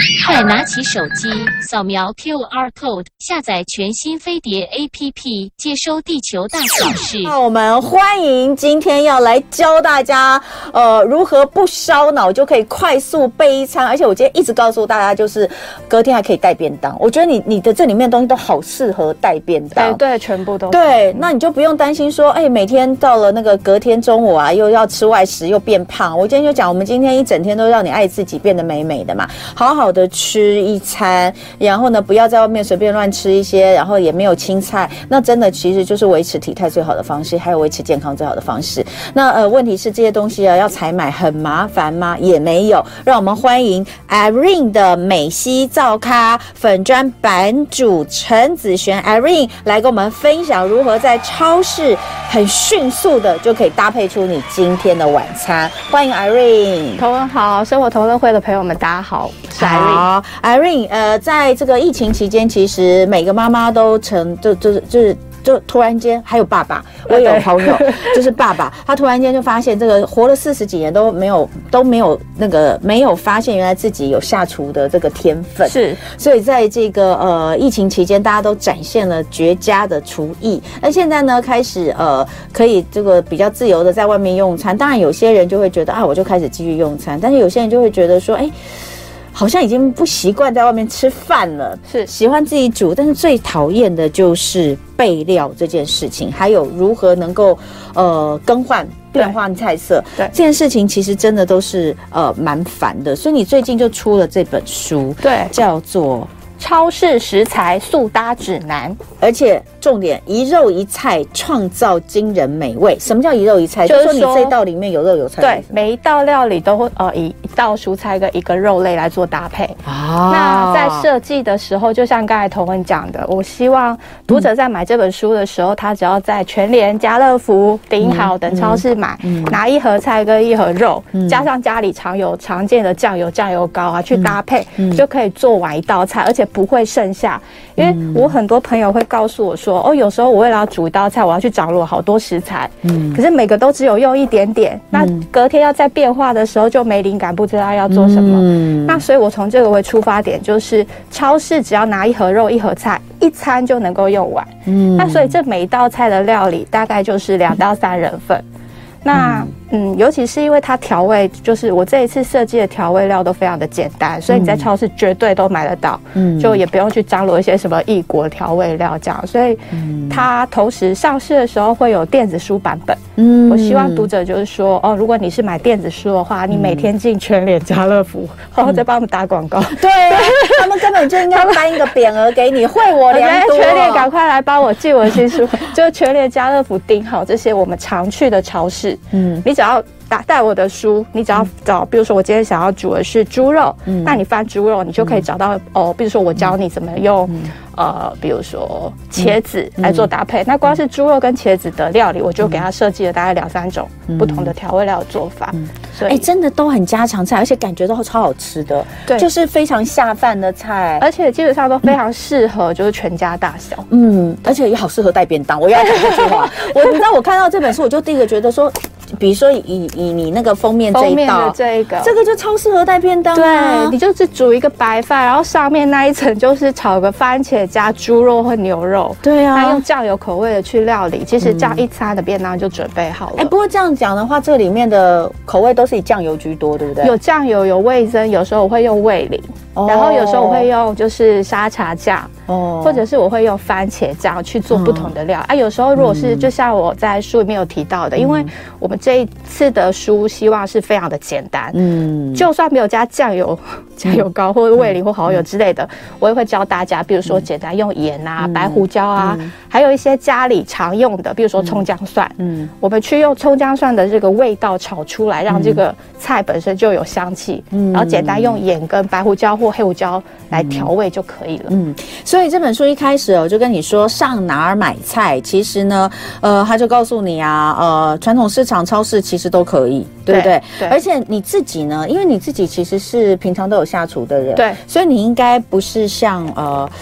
快拿起手机，扫描 QR code， 下载全新飞碟 APP， 接收地球大小事。 那我们欢迎今天要来教大家，如何不烧脑就可以快速备一餐。而且我今天一直告诉大家，就是隔天还可以带便当。我觉得你的这里面的东西都好适合带便当。 对，全部都对。那你就不用担心说，每天到了那个隔天中午啊，又要吃外食又变胖。我今天就讲，我们今天一整天都让你爱自己，变得美美的嘛，好好的吃一餐，然后呢，不要在外面随便乱吃一些，然后也没有青菜，那真的其实就是维持体态最好的方式，还有维持健康最好的方式。那问题是这些东西啊，要采买很麻烦吗？也没有。让我们欢迎 Irene 的美西皂咖粉专版主陈子璇 Irene 来跟我们分享如何在超市很迅速的就可以搭配出你今天的晚餐。欢迎 Irene。 同文好，生活同乐会的朋友们，大家好，我是 Irene。 好 ，Irene，在这个疫情期间，其实每个妈妈都就突然间，还有爸爸，我也有朋友，就是爸爸，他突然间就发现这个活了40几年都没有发现原来自己有下厨的这个天分， 是， 所以在这个疫情期间，大家都展现了绝佳的厨艺。那现在呢，开始可以这个比较自由的在外面用餐。当然，有些人就会觉得我就开始继续用餐，但是有些人就会觉得说，好像已经不习惯在外面吃饭了， 是喜欢自己煮，但是最讨厌的就是备料这件事情，还有如何能够更换变换菜色， 对这件事情其实真的都是蛮烦的。所以你最近就出了这本书， 对， 叫做超市食材速搭指南， 而且重点一肉一菜创造惊人美味。什么叫一肉一菜？ 就是说你这道里面有肉有菜。 对，每一道料理都会以一道蔬菜跟一个肉类来做搭配。那在设计的时候，就像刚才同文讲的，我希望读者在买这本书的时候，他只要在全联、家乐福、顶好等超市买，拿一盒菜跟一盒肉，加上家里常见的酱油膏啊，去搭配，就可以做完一道菜，而且不会剩下。因为我很多朋友会告诉我说，有时候我为了要煮一道菜，我要去掌握好多食材，可是每个都只有用一点点，那隔天要再变化的时候就没灵感，不知道要做什么。那所以我从这个为出发点，就是超市只要拿一盒肉一盒菜，一餐就能够用完。那所以这每一道菜的料理大概就是2到3人份。那尤其是因为它调味，就是我这一次设计的调味料都非常的简单，所以你在超市绝对都买得到，就也不用去张罗一些什么异国调味料这样。所以它同时上市的时候会有电子书版本。我希望读者就是说，如果你是买电子书的话，你每天进全联、家乐福，然后再帮他们打广告。 对，他们根本就应该颁一个匾额给你，惠我良多。 全联赶快来帮我寄我的新书，就全联、家乐福、顶好这些我们常去的超市。你只要带我的书，你只要找，比如说我今天想要煮的是猪肉，那你翻猪肉，你就可以找到比如说我教你怎么用比如说茄子来做搭配。那光是猪肉跟茄子的料理，我就给他设计了大概2、3种不同的调味料的做法。所以真的都很家常菜，而且感觉都超好吃的， 对， 就是非常下饭的菜， 而且基本上都非常适合就是全家大小。 而且也好适合带便当。我要讲这句话，你知道我看到这本书，我就第一个觉得说，比如说以你那个封面这一道， 这个就超适合带便当。 对，你就只煮一个白饭，然后上面那一层就是炒个番茄加猪肉或牛肉。 对啊， 那用酱油口味的去料理，其实这样一餐的便当就准备好了。 不过这样讲的话，这里面的口味都是以酱油居多，对不对？ 有酱油，有味噌，有时候我会用味淋，然后有时候我会用就是沙茶酱，或者是我会用番茄酱去做不同的料。有时候如果是就像我在书里面有提到的，因为我们这一次的书希望是非常的简单，就算没有加酱油膏或者味淋或蚝油之类的，我也会教大家，比如说简单用盐啊、白胡椒啊，还有一些家里常用的，比如说葱姜蒜，我们去用葱姜蒜的这个味道炒出来，让这个菜本身就有香气，然后简单用盐跟白胡椒或黑胡椒来调味就可以了。 所以这本书一开始我就跟你说上哪儿买菜，其实呢，他就告诉你啊，传统市场、超市其实都可以，对不对？ 对。 而且你自己呢，因为你自己其实是平常都有下厨的人， 对， 所以你应该不是像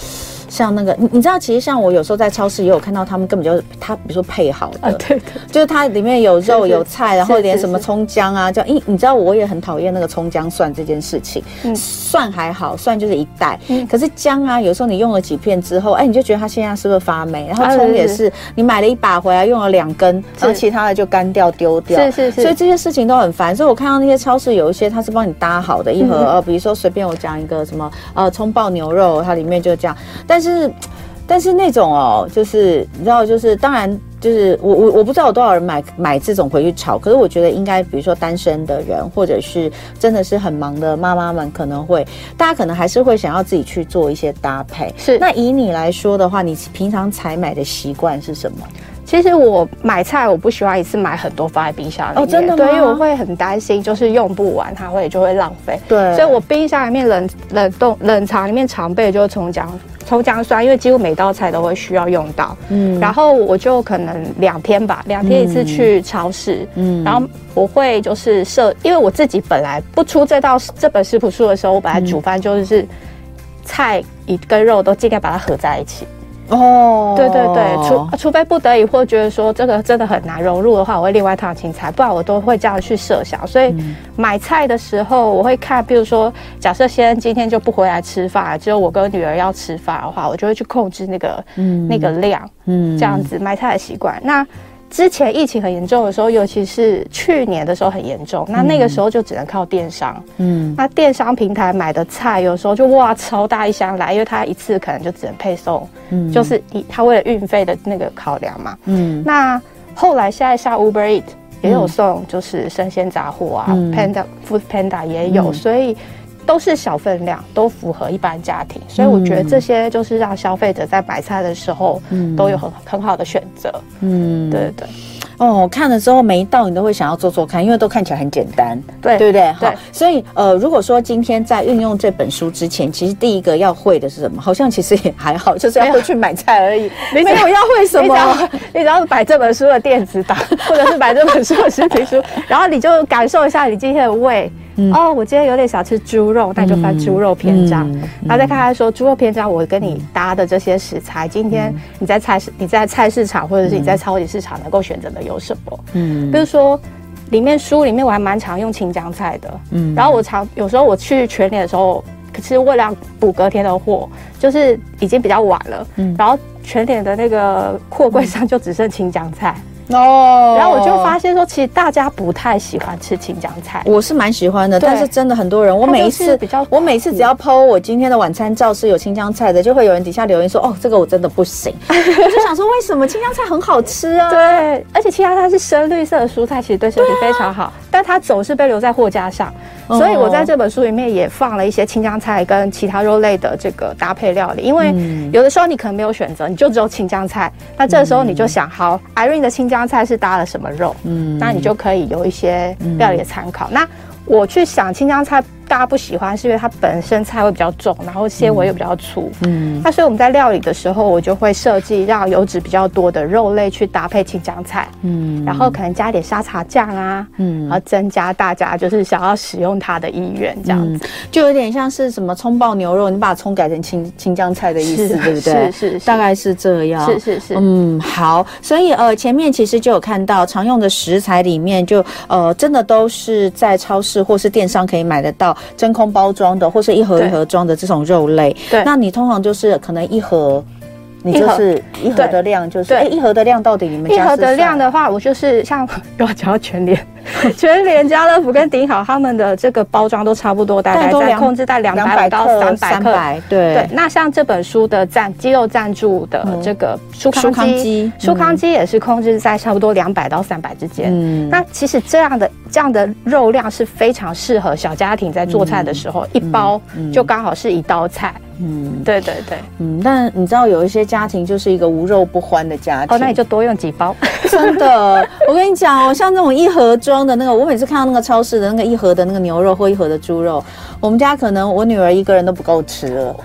像那个你知道，其实像我有时候在超市也有看到他们根本就是他比如说配好的， 对对， 就是它里面有肉有菜，然后连什么是葱姜啊，这样。你知道我也很讨厌那个葱姜蒜这件事情。蒜还好，蒜就是一袋，可是姜啊，有时候你用了几片之后，你就觉得它现在是不是发霉？然后葱也是，你买了一把回来用了2根，然后其他的就干掉丢掉。 是。 所以这些事情都很烦。所以我看到那些超市有一些它是帮你搭好的一盒，比如说随便我讲一个什么葱爆牛肉，它里面就这样。但是那种就是你知道，就是当然就是我不知道有多少人买这种回去炒，可是我觉得应该比如说单身的人，或者是真的是很忙的妈妈们，大家可能还是会想要自己去做一些搭配。 是。 那以你来说的话，你平常采买的习惯是什么？ 其实我买菜，我不喜欢一次买很多放在冰箱里面。 真的吗？ 对，因为我会很担心，就是用不完，就会浪费。 对， 所以我冰箱里面冷藏里面常备就是葱姜蒜，因为几乎每道菜都会需要用到。然后我就可能2天一次去超市。然后我会就是因为我自己本来不出这本食谱书的时候，我本来煮饭就是菜跟肉都尽量把它合在一起。对，除非不得已或觉得说这个真的很难融入的话，我会另外烫青菜，不然我都会这样去设想。所以买菜的时候，我会看，比如说假设今天就不回来吃饭，只有我跟女儿要吃饭的话，我就会去控制那个量，这样子买菜的习惯。那之前疫情很严重的时候，尤其是去年的时候很严重，那个时候就只能靠电商。那电商平台买的菜，有时候就超大一箱来，因为它一次可能就只能配送，就是它为了运费的那个考量嘛。那后来现在像 Uber Eats 也有送，就是生鲜杂货啊，Food Panda 也有，所以都是小分量，都符合一般家庭，所以我觉得这些就是让消费者在买菜的时候都有很好的选择。对。 看了之后每一道你都会想要做做看，因为都看起来很简单， 对不对？好，所以如果说今天在运用这本书之前，其实第一个要会的是什么？好像其实也还好，就是要会去买菜而已，没有要会什么。 你只要买这本书的电子档，或者是买这本书的实体书，然后你就感受一下你今天的胃。我今天有点想吃猪肉，那你就翻猪肉篇章，然后再看看说猪肉篇章我跟你搭的这些食材，今天你在菜市场或者是你在超级市场能够选择的有什么？比如说书里面我还蛮常用青江菜的，然后有时候我去全联的时候，可是为了补隔天的货，就是已经比较晚了，然后全联的那个货柜上就只剩青江菜。然后我就发现说，其实大家不太喜欢吃青江菜， 我是蛮喜欢的，但是真的很多人，我每次只要 po 我今天的晚餐照是有青江菜的，就会有人底下留言说，这个我真的不行。我就想说，为什么青江菜很好吃啊？ 对，而且青江菜是深绿色的蔬菜，其实对身体非常好，但它总是被留在货架上，所以我在这本书里面也放了一些青江菜跟其他肉类的这个搭配料理，因为有的时候你可能没有选择，你就只有青江菜，那这个时候你就想，好 ，Irene 的青江菜是搭了什么肉，那你就可以有一些料理的参考。那我去想青江菜大家不喜欢，是因为它本身菜会比较重，然后纤维又比较粗。那所以我们在料理的时候，我就会设计让油脂比较多的肉类去搭配青江菜。然后可能加一点沙茶酱啊，然后增加大家就是想要使用它的意愿，这样子。 就有点像是什么葱爆牛肉，你把葱改成青江菜的意思，对不对？ 是， 大概是这样。 是。 好，所以前面其实就有看到常用的食材里面就真的都是在超市或是电商可以买得到真空包装的，或是一盒一盒装的这种肉类。对，那你通常就是可能一盒。你就是一盒的量，就是一盒的量到底你们家是？一盒的量的话，我就是像如果讲到全联、家乐福跟顶好他们的这个包装都差不多，大概在控制在250到300克。对。那像这本书的肌肉赞助的这个舒康鸡也是控制在差不多200到300之间。那其实这样的肉量是非常适合小家庭在做菜的时候，一包就刚好是一道菜。对。 但你知道有一些家庭就是一个无肉不欢的家庭， 那你就多用几包。 真的，我跟你讲像那种一盒装的那个，我每次看到那个超市的那个一盒的那个牛肉或一盒的猪肉，我们家可能我女儿一个人都不够吃了。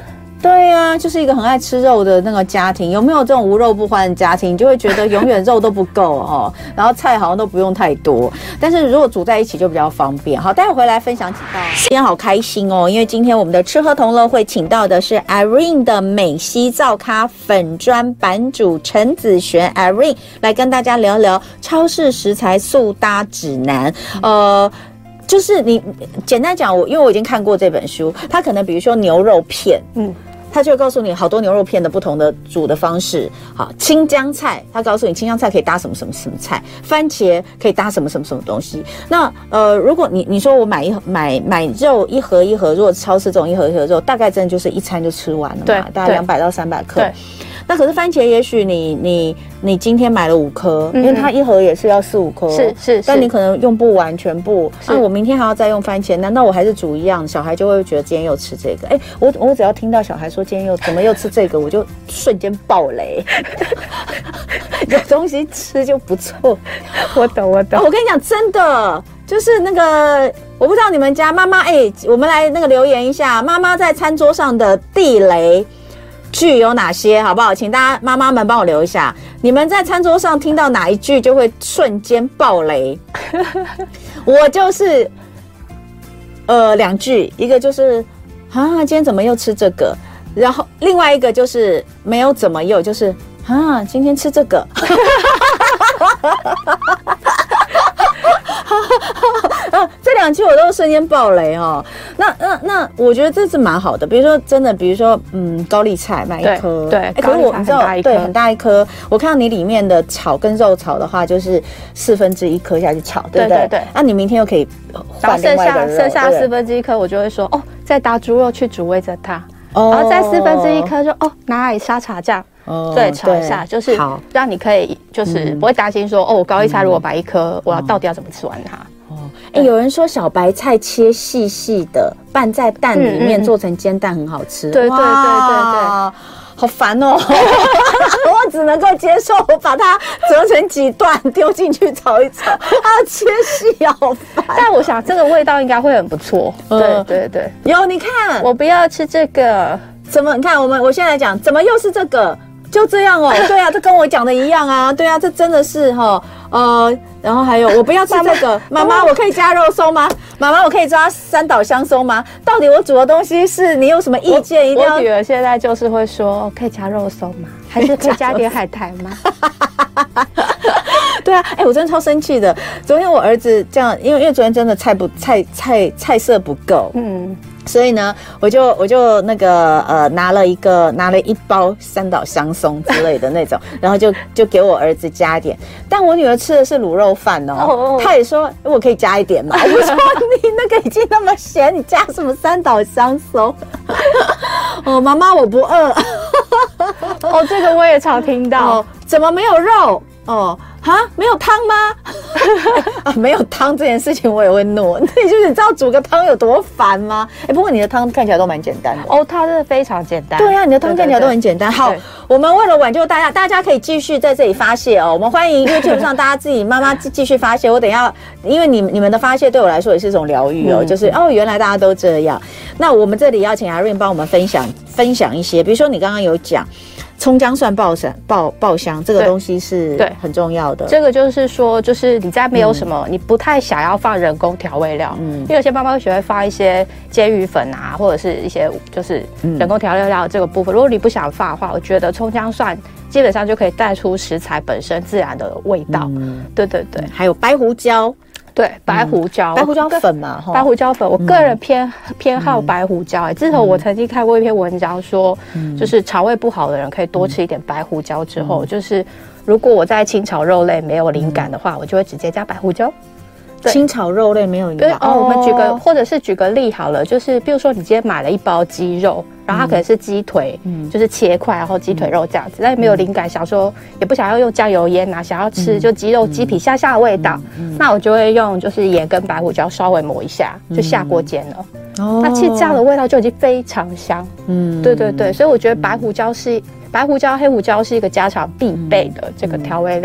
对啊，就是一个很爱吃肉的那个家庭，有没有这种无肉不欢的家庭？你就会觉得永远肉都不够哦，然后菜好像都不用太多，但是如果煮在一起就比较方便。好，待会回来分享几道。今天好开心哦，因为今天我们的吃喝同乐会请到的是 Irene 的美西灶咖粉专版主陈子璇 Irene 来跟大家聊聊超市食材速搭指南。就是你简单讲，因为我已经看过这本书，它可能比如说牛肉片，它就会告诉你好多牛肉片的不同的煮的方式。好，青江菜，它告诉你青江菜可以搭什么什么什么菜，番茄可以搭什么什么什么东西。那如果你说我买肉一盒一盒，如果超市这种一盒一盒肉，大概真的就是一餐就吃完了嘛， 对， 大概200到300克。 对。 那可是番茄，也许你今天买了5颗，因为它一盒也是要4-5颗， 是， 但你可能用不完全部。那我明天还要再用番茄，难道我还是煮一样？小孩就会觉得今天又吃这个。我只要听到小孩说今天怎么又吃这个，我就瞬间爆雷。有东西吃就不错。 我懂。 我跟你讲，真的就是那个，我不知道你们家妈妈，我们来那个留言一下，妈妈在餐桌上的地雷句有哪些，好不好？请大家妈妈们帮我留一下，你们在餐桌上听到哪一句就会瞬间爆雷。我就是2句，一个就是今天怎么又吃这个，然后另外一个就是没有怎么又，就是今天吃这个。这2句我都瞬间爆雷哦。那我觉得这是蛮好的。比如说高丽菜买1颗， 对， 可是你知道，对，很大一颗。我看到你里面的炒跟肉炒的话，就是1/4颗下去炒，对不对？对。那你明天又可以换另外一个肉， 剩下1/4颗，我就会说再打猪肉去煮味噌汤，然后再1/4颗就拿来沙茶酱。对，炒一下，就是让你可以就是不会担心说我高丽菜如果买1颗，我到底要怎么吃完它？ 有人说小白菜切细细的拌在蛋里面做成煎蛋很好吃。 对， 好烦哦。我只能够接受我把它折成几段丢进去炒一炒，切细好烦。 但我想这个味道应该会很不错。对， 有你看， 我不要吃这个， 怎么？你看我现在来讲，怎么又是这个？就这样哦。对啊，这跟我讲的一样啊。对啊，这真的是然后还有，我不要吃这个。妈妈，我可以加肉松吗？妈妈，我可以抓3岛香松吗？到底我煮的东西是你有什么意见？一定要。 我女儿现在就是会说，可以加肉松吗？还是可以加点海苔吗？ 对啊，我真的超生气的。昨天我儿子这样，因为昨天真的菜色不够，所以呢，我就那个拿了一包3岛香松之类的那种，然后就给我儿子加一点。但我女儿吃的是卤肉饭哦，她也说我可以加一点嘛。我说你那个已经那么咸，你加什么3岛香松？妈妈我不饿。 这个我也常听到。 怎么没有肉？没有汤吗？没有汤这件事情我也会怒。就是你知道煮个汤有多烦吗？不过你的汤看起来都蛮简单的。 它真的非常简单。 对啊，你的汤看起来都很简单。好，我们为了挽救大家可以继续在这里发泄哦。我们欢迎 YouTube 上大家自己妈妈继续发泄。我等一下，因为你们的发泄对我来说也是一种疗愈哦。就是原来大家都这样。那我们这里要请Irene帮我们分享一些，比如说你刚刚有讲。葱姜蒜爆香这个东西是很重要的。 这个就是说，就是你在没有什么，你不太想要放人工调味料，因为有些妈妈会喜欢放一些煎鱼粉啊，或者是一些就是人工调味料这个部分。如果你不想放的话，我觉得葱姜蒜基本上就可以带出食材本身自然的味道。对， 还有白胡椒。 对，白胡椒粉嘛， 白胡椒粉，我个人偏好白胡椒。自从我曾经看过一篇文章说，就是肠胃不好的人可以多吃一点白胡椒之后，就是如果我在清炒肉类没有灵感的话，我就会直接加白胡椒。 清炒肉类没有灵感。 我们举个例好了，就是比如说你今天买了一包鸡肉，然后它可能是鸡腿，就是切块，然后鸡腿肉这样子，但没有灵感，想说也不想要用酱油腌啊，想要吃就鸡肉鸡皮下的味道，那我就会用就是盐跟白胡椒稍微抹一下，就下锅煎了。那其实这样的味道就已经非常香。对，所以我觉得白胡椒、黑胡椒是一个家常必备的这个调味料。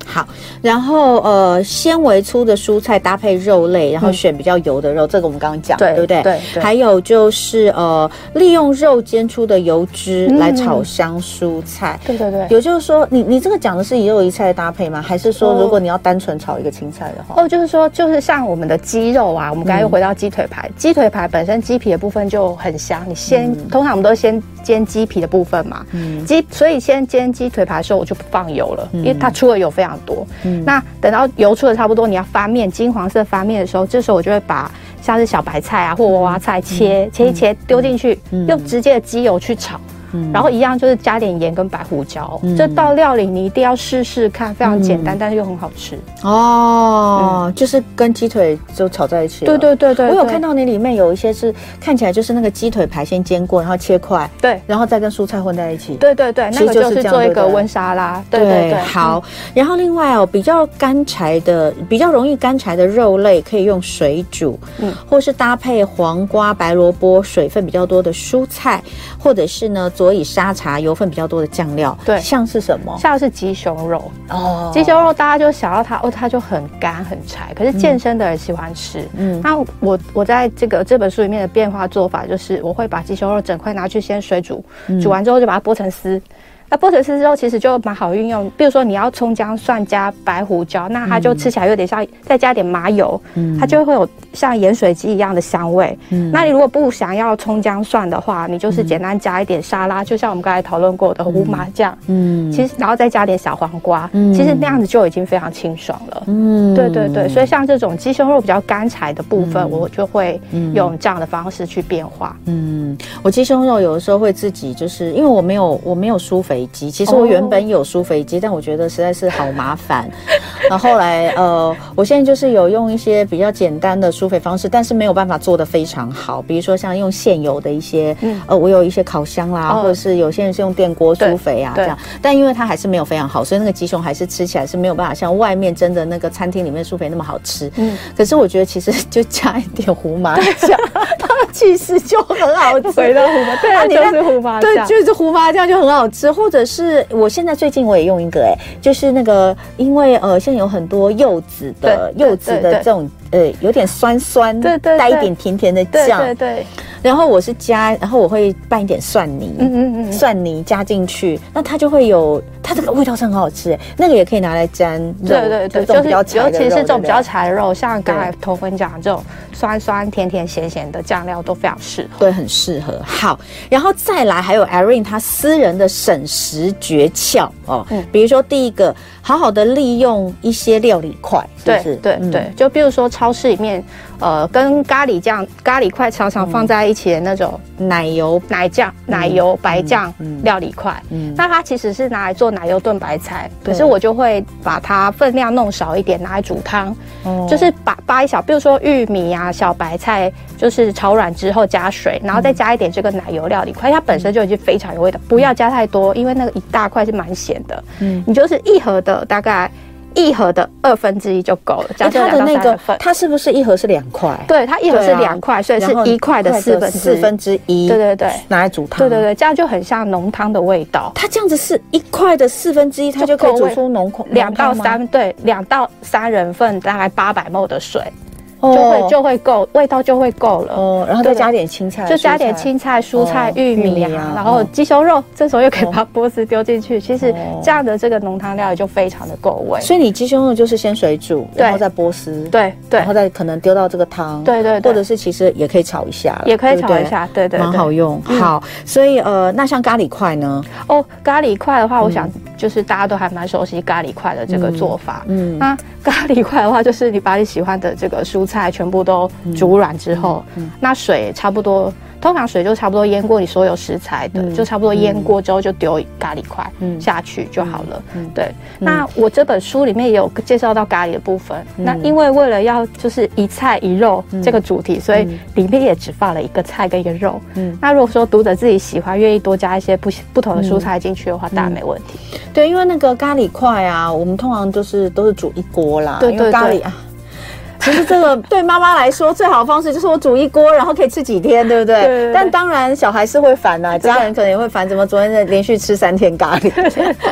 好，然后纤维粗的蔬菜搭配肉类，然后选比较油的肉，这个我们刚刚讲，对不对？ 对。 还有就是利用肉煎出的油脂来炒香蔬菜。 对。 也就是说，你这个讲的是一肉一菜的搭配吗？还是说如果你要单纯炒一个青菜的话？ 就是说，就是像我们的鸡肉啊，我们刚才又回到鸡腿排，鸡腿排本身鸡皮的部分就很香，你通常我们都先煎鸡皮的部分嘛，所以先煎鸡腿排的时候我就不放油了，因为它出的油非常多。那等到油出的差不多，你要翻面金黄色翻面的时候，这时候我就会把像是小白菜啊或娃娃菜切一切丢进去，用直接的鸡油去炒。然后一样就是加点盐跟白胡椒，这道料理你一定要试试看，非常简单，但是又很好吃哦。就是跟鸡腿就炒在一起了。对，我有看到你里面有一些是看起来就是那个鸡腿排先煎过，然后切块， 对， 然后再跟蔬菜混在一起。 对，那个就是做一个温沙拉。对， 好。然后另外比较干柴的、比较容易干柴的肉类可以用水煮，或是搭配黄瓜、白萝卜、水分比较多的蔬菜，或者是呢佐以沙茶、油分比较多的酱料。对，像是什么？ 像是鸡胸肉。鸡胸肉大家就想到它就很干很柴，可是健身的人喜欢吃。那我在这本书里面的变化做法就是，我会把鸡胸肉整块拿去先水煮，煮完之后就把它剥成丝。那剥成丝之后，其实就蛮好运用。比如说你要葱姜蒜加白胡椒，那它就吃起来有点像，再加点麻油，它就会有像盐水鸡一样的香味。那你如果不想要葱姜蒜的话，你就是简单加一点沙拉，就像我们刚才讨论过的胡麻酱。其实然后再加点小黄瓜，其实那样子就已经非常清爽了。对，所以像这种鸡胸肉比较干柴的部分，我就会用这样的方式去变化。 我鸡胸肉有的时候会自己，就是因为我没有舒肥机，其实我原本有舒肥机，但我觉得实在是好麻烦。然后后来我现在就是有用一些比较简单的舒肥方式，但是没有办法做得非常好。比如说像用现有的一些，我有一些烤箱啦，或者是有些人是用电锅舒肥啊这样，但因为它还是没有非常好，所以那个鸡胸还是吃起来是没有办法像外面真的那个餐厅里面舒肥那么好吃。可是我觉得其实就加一点胡麻酱，它其实就很好吃。 回到胡麻，对，就是胡麻酱， 对，就是胡麻酱就很好吃。或者是我现在最近我也用一个就是那个，因为现在有很多柚子的这种有点酸酸，带一点甜甜的酱，对。然后我是加，然后我会拌一点蒜泥，蒜泥加进去，那它就会有它这个味道是很好吃，那个也可以拿来沾肉， 对，就是尤其是这种比较柴的肉，像刚才头分讲这种酸酸甜甜咸咸的酱料都非常适合， 对，很适合。好，然后再来还有 Irene 她私人的省时诀窍哦，比如说第一个，好好的利用一些料理块，是不是？ 对，就比如说超市里面跟咖喱块常常放在一起的那种奶油白酱料理块，那它其实是拿来做奶油炖白菜，可是我就会把它分量弄少一点，拿来煮汤，就是扒一小，比如说玉米啊、小白菜，就是炒软之后加水，然后再加一点这个奶油料理块，它本身就已经非常有味道，不要加太多，因为那个一大块是蛮咸的，你就是一盒的大概1盒的1/2就够了，加它的那个它是不是一盒是2块？ 对，它一盒是2块，所以是1块的1/4。对， 拿来煮汤。 对，这样就很像浓汤的味道。 它这样子是1块的1/4，它就可以煮出浓汤吗 ？2到3人份，大概800 ml 的水。就会够，味道就会够了。 然后再加点青菜， 就加点青菜、蔬菜、玉米啊，然后鸡胸肉，这时候又可以把波斯丢进去。其实这样的这个浓汤料理就非常的够味。 所以你鸡胸肉就是先水煮，然后再波斯， 对， 然后再可能丢到这个汤， 对， 或者是其实也可以炒一下， 也可以炒一下，对， 蛮好用。好，所以那像咖喱块呢？ 咖喱块的话，我想就是大家都还蛮熟悉咖喱块的这个做法。那咖喱块的话，就是你把你喜欢的这个蔬菜全部都煮软之后，那水差不多，通常水就差不多淹过你所有食材的，就差不多淹过之后就丢咖喱块下去就好了。对，那我这本书里面也有介绍到咖喱的部分。那因为为了要就是一菜一肉这个主题，所以里面也只放了1个菜跟1个肉。那如果说读者自己喜欢，愿意多加一些不同的蔬菜进去的话，当然没问题。 对，因为那个咖喱块啊，我们通常都是煮1锅啦， 对， 因为咖喱啊。其实这个对妈妈来说最好的方式就是我煮1锅，然后可以吃几天，对不对？对。但当然小孩是会烦啊，家人可能也会烦，怎么昨天连续吃3天咖喱？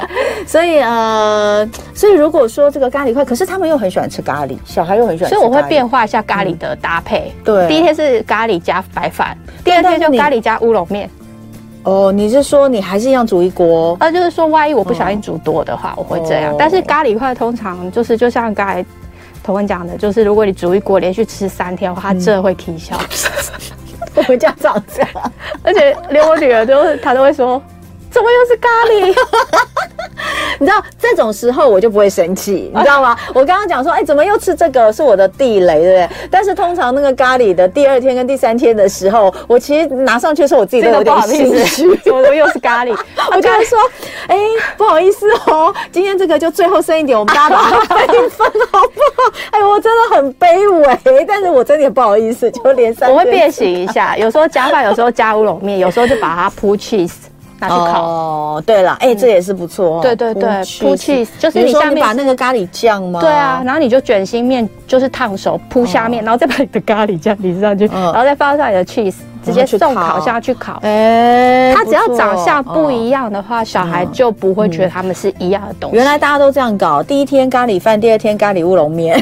所以如果说这个咖喱块，可是他们又很喜欢吃咖喱，小孩又很喜欢吃咖喱， 所以我会变化一下咖喱的搭配。 对， 第一天是咖喱加白饭，第二天就咖喱加乌龙面。 哦，你是说你还是一样煮一锅？ 就是说万一我不小心煮多的话，我会这样。但是咖喱块通常就是就像刚才同文讲的，就是如果你煮一锅连续吃3天的话，它真的会起笑。 我们家长这样， 而且连我女儿她都会说，怎么又是咖喱？ 你知道这种时候我就不会生气，你知道吗？我刚刚讲说，怎么又吃这个，是我的地雷，对不对？但是通常那个咖喱的第2天跟第3天的时候，我其实拿上去的时候，我自己都有点心虚， 怎么又是咖喱？ 我就会说，不好意思哦，今天这个就最后剩一点，我们大家把它分一分，好不好？我真的很卑微，但是我真的也不好意思，就连3天。 我会变形一下，有时候加饭，有时候加乌龙面，有时候就把它铺 cheese。拿去烤哦，对了，这也是不错哦。 对对对，铺 cheese 就是你下面把那个咖喱酱吗？ 对啊，然后你就卷心面，就是烫熟铺下面，然后再把你的咖喱酱淋上去，然后再放上你的 cheese， 直接送烤箱去烤。它只要长相不一样的话，小孩就不会觉得他们是一样的东西。 原来大家都这样搞，第1天咖喱饭，第2天咖喱乌龙面。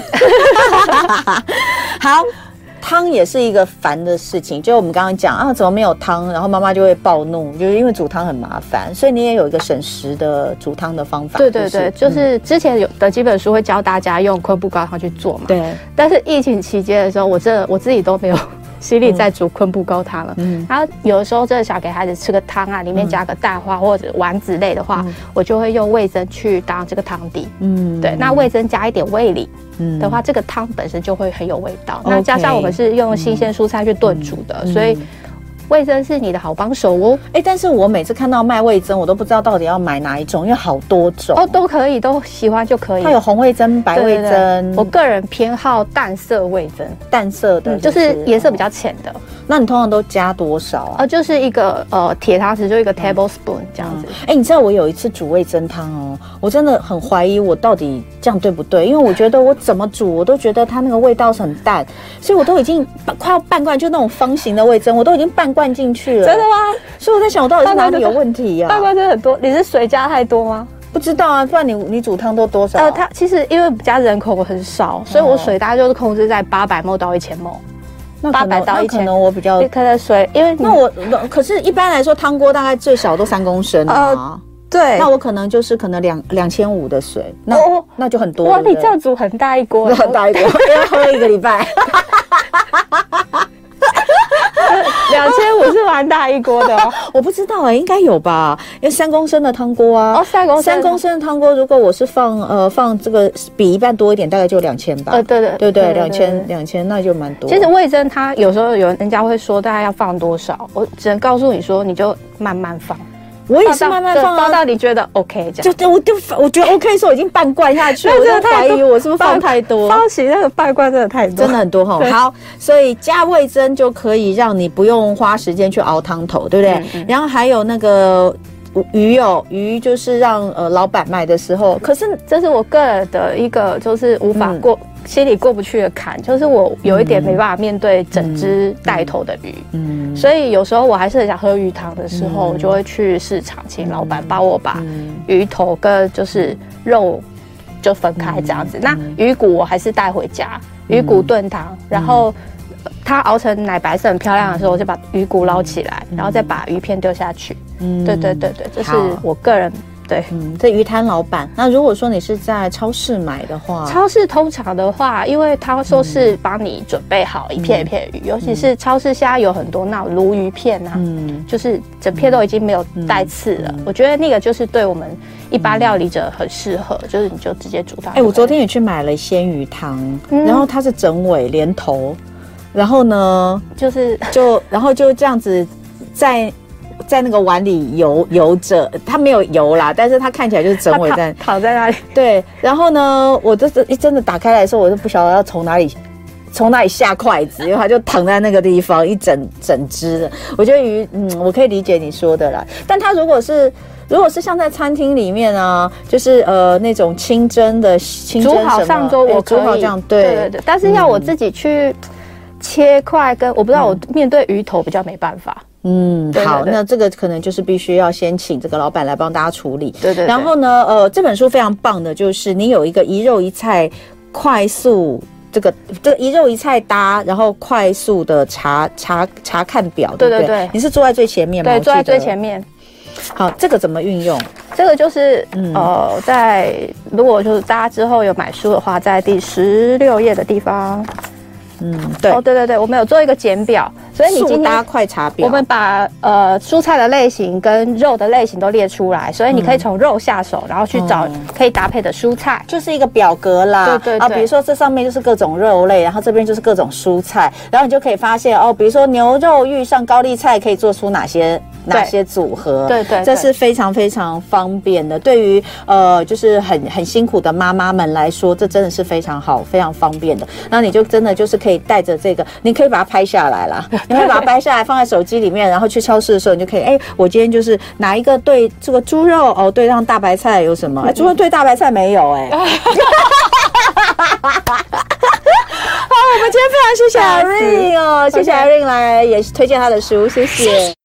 好。汤也是一个烦的事情，就我们刚刚讲怎么没有汤，然后妈妈就会暴怒，就是因为煮汤很麻烦，所以你也有一个省时的煮汤的方法。 对对对，就是之前有的几本书会教大家用昆布高汤去做嘛。对。但是疫情期间的时候，我自己都没有心力在煮昆布高汤了。然后有的时候真的想给孩子吃个汤里面加个蛋花或者丸子类的话，我就会用味噌去当这个汤底。对，那味噌加一点味噌。的话，这个汤本身就会很有味道。那加上我们是用新鲜蔬菜去炖煮的，所以味噌是你的好帮手哦。 但是我每次看到卖味噌，我都不知道到底要买哪一种，因为好多种都可以，都喜欢就可以。 它有红味噌、白味噌， 我个人偏好淡色味噌， 淡色的， 就是颜色比较浅的。 那你通常都加多少啊？ 就是一个铁汤匙，就一个 tablespoon 这样子。 你知道我有一次煮味噌汤哦，我真的很怀疑我到底这样对不对，因为我觉得我怎么煮，我都觉得它那个味道是很淡，所以我都已经快要半罐，就那种方形的味噌，我都已经半罐进去了。 真的吗？ 所以我在想，我到底是哪里有问题呀？ 半罐真的很多，你是水加太多吗？ 不知道啊，不然你煮汤都多少？ 它其实因为家人口很少，所以我水大概就是控制在800ml到1000ml。800到1000， 可能我比较可能水，因为可是一般来说汤锅大概最少都3公升啊。 对， 那我可能2500的水，那就很多。 哇，你这样煮很大一锅， 很大一锅，要喝1个礼拜。 2500是蛮大一锅的哦。 我不知道应该有吧？因为3公升的汤锅啊。3公升的汤锅，如果我是放这个比一半多一点，大概就2000吧。对，2000，那就蛮多。 其实味噌它有时候人家会说大概要放多少，我只能告诉你说，你就慢慢放。 我也是慢慢放放到你觉得 OK 这样。 我觉得 OK 的时候已经半罐下去了，我就怀疑我是不是放太多。 方琦那个半罐真的太多， 真的很多哈。好，所以加味噌就可以让你不用花时间去熬汤头，对不对？然后还有那个鱼就是让老板买的时候，可是这是我个人的一个就是无法心里过不去的坎，就是我有一点没办法面对整只带头的鱼，所以有时候我还是很想喝鱼汤的时候，我就会去市场请老板帮我把鱼头跟就是肉就分开这样子。那鱼骨我还是带回家，鱼骨炖汤，然后它熬成奶白色很漂亮的时候，我就把鱼骨捞起来，然后再把鱼片丢下去。对，这是我个人。对， 这鱼摊老板。那如果说你是在超市买的话， 超市通常的话，因为他说是帮你准备好一片一片鱼，尤其是超市现在有很多那种鲈鱼片啊，就是整片都已经没有带刺了。我觉得那个就是对我们一般料理者很适合，就是你就直接煮它。 我昨天也去买了鲜鱼汤，然后它是整尾连头，然后呢，然后就这样子在那个碗里游着，它没有游啦，但是它看起来就是整尾在躺在那里。 对，然后呢，我真的打开来的时候，我就不晓得要从哪里下筷子，因为它就躺在那个地方一整只的。我觉得鱼，我可以理解你说的啦，但它如果是像在餐厅里面啊，就是那种清蒸煮好上桌，我煮好这样，对， 但是要我自己去切块跟我不知道，我面对鱼头比较没办法。 好，那这个可能就是必须要先请这个老板来帮大家处理。 对。 然后呢，这本书非常棒的就是你有一个一肉一菜快速。这个一肉一菜搭，然后快速的查看表，对不对？你是坐在最前面吗？ 对，坐在最前面。 好，这个怎么运用？ 这个就是如果就是大家之后有买书的话，在第16页的地方。对。对，我们有做一个简表，所以你今天速搭快查表， 我们把蔬菜的类型跟肉的类型都列出来，所以你可以从肉下手，然后去找可以搭配的蔬菜， 就是一个表格啦。 对。 比如说这上面就是各种肉类，然后这边就是各种蔬菜，然后你就可以发现比如说牛肉遇上高丽菜可以做出哪些组合。 对， 这是非常非常方便的。对于就是很辛苦的妈妈们来说，这真的是非常好、非常方便的。那你就真的就是可以带着这个，你可以把它拍下来啦，你可以把它拍下来放在手机里面，然后去超市的时候，你就可以我今天就是哪一个对这个猪肉对上大白菜有什么？猪肉对大白菜没有好，我们今天非常谢谢 Irene 谢谢 Irene 来也推荐他的书，谢谢。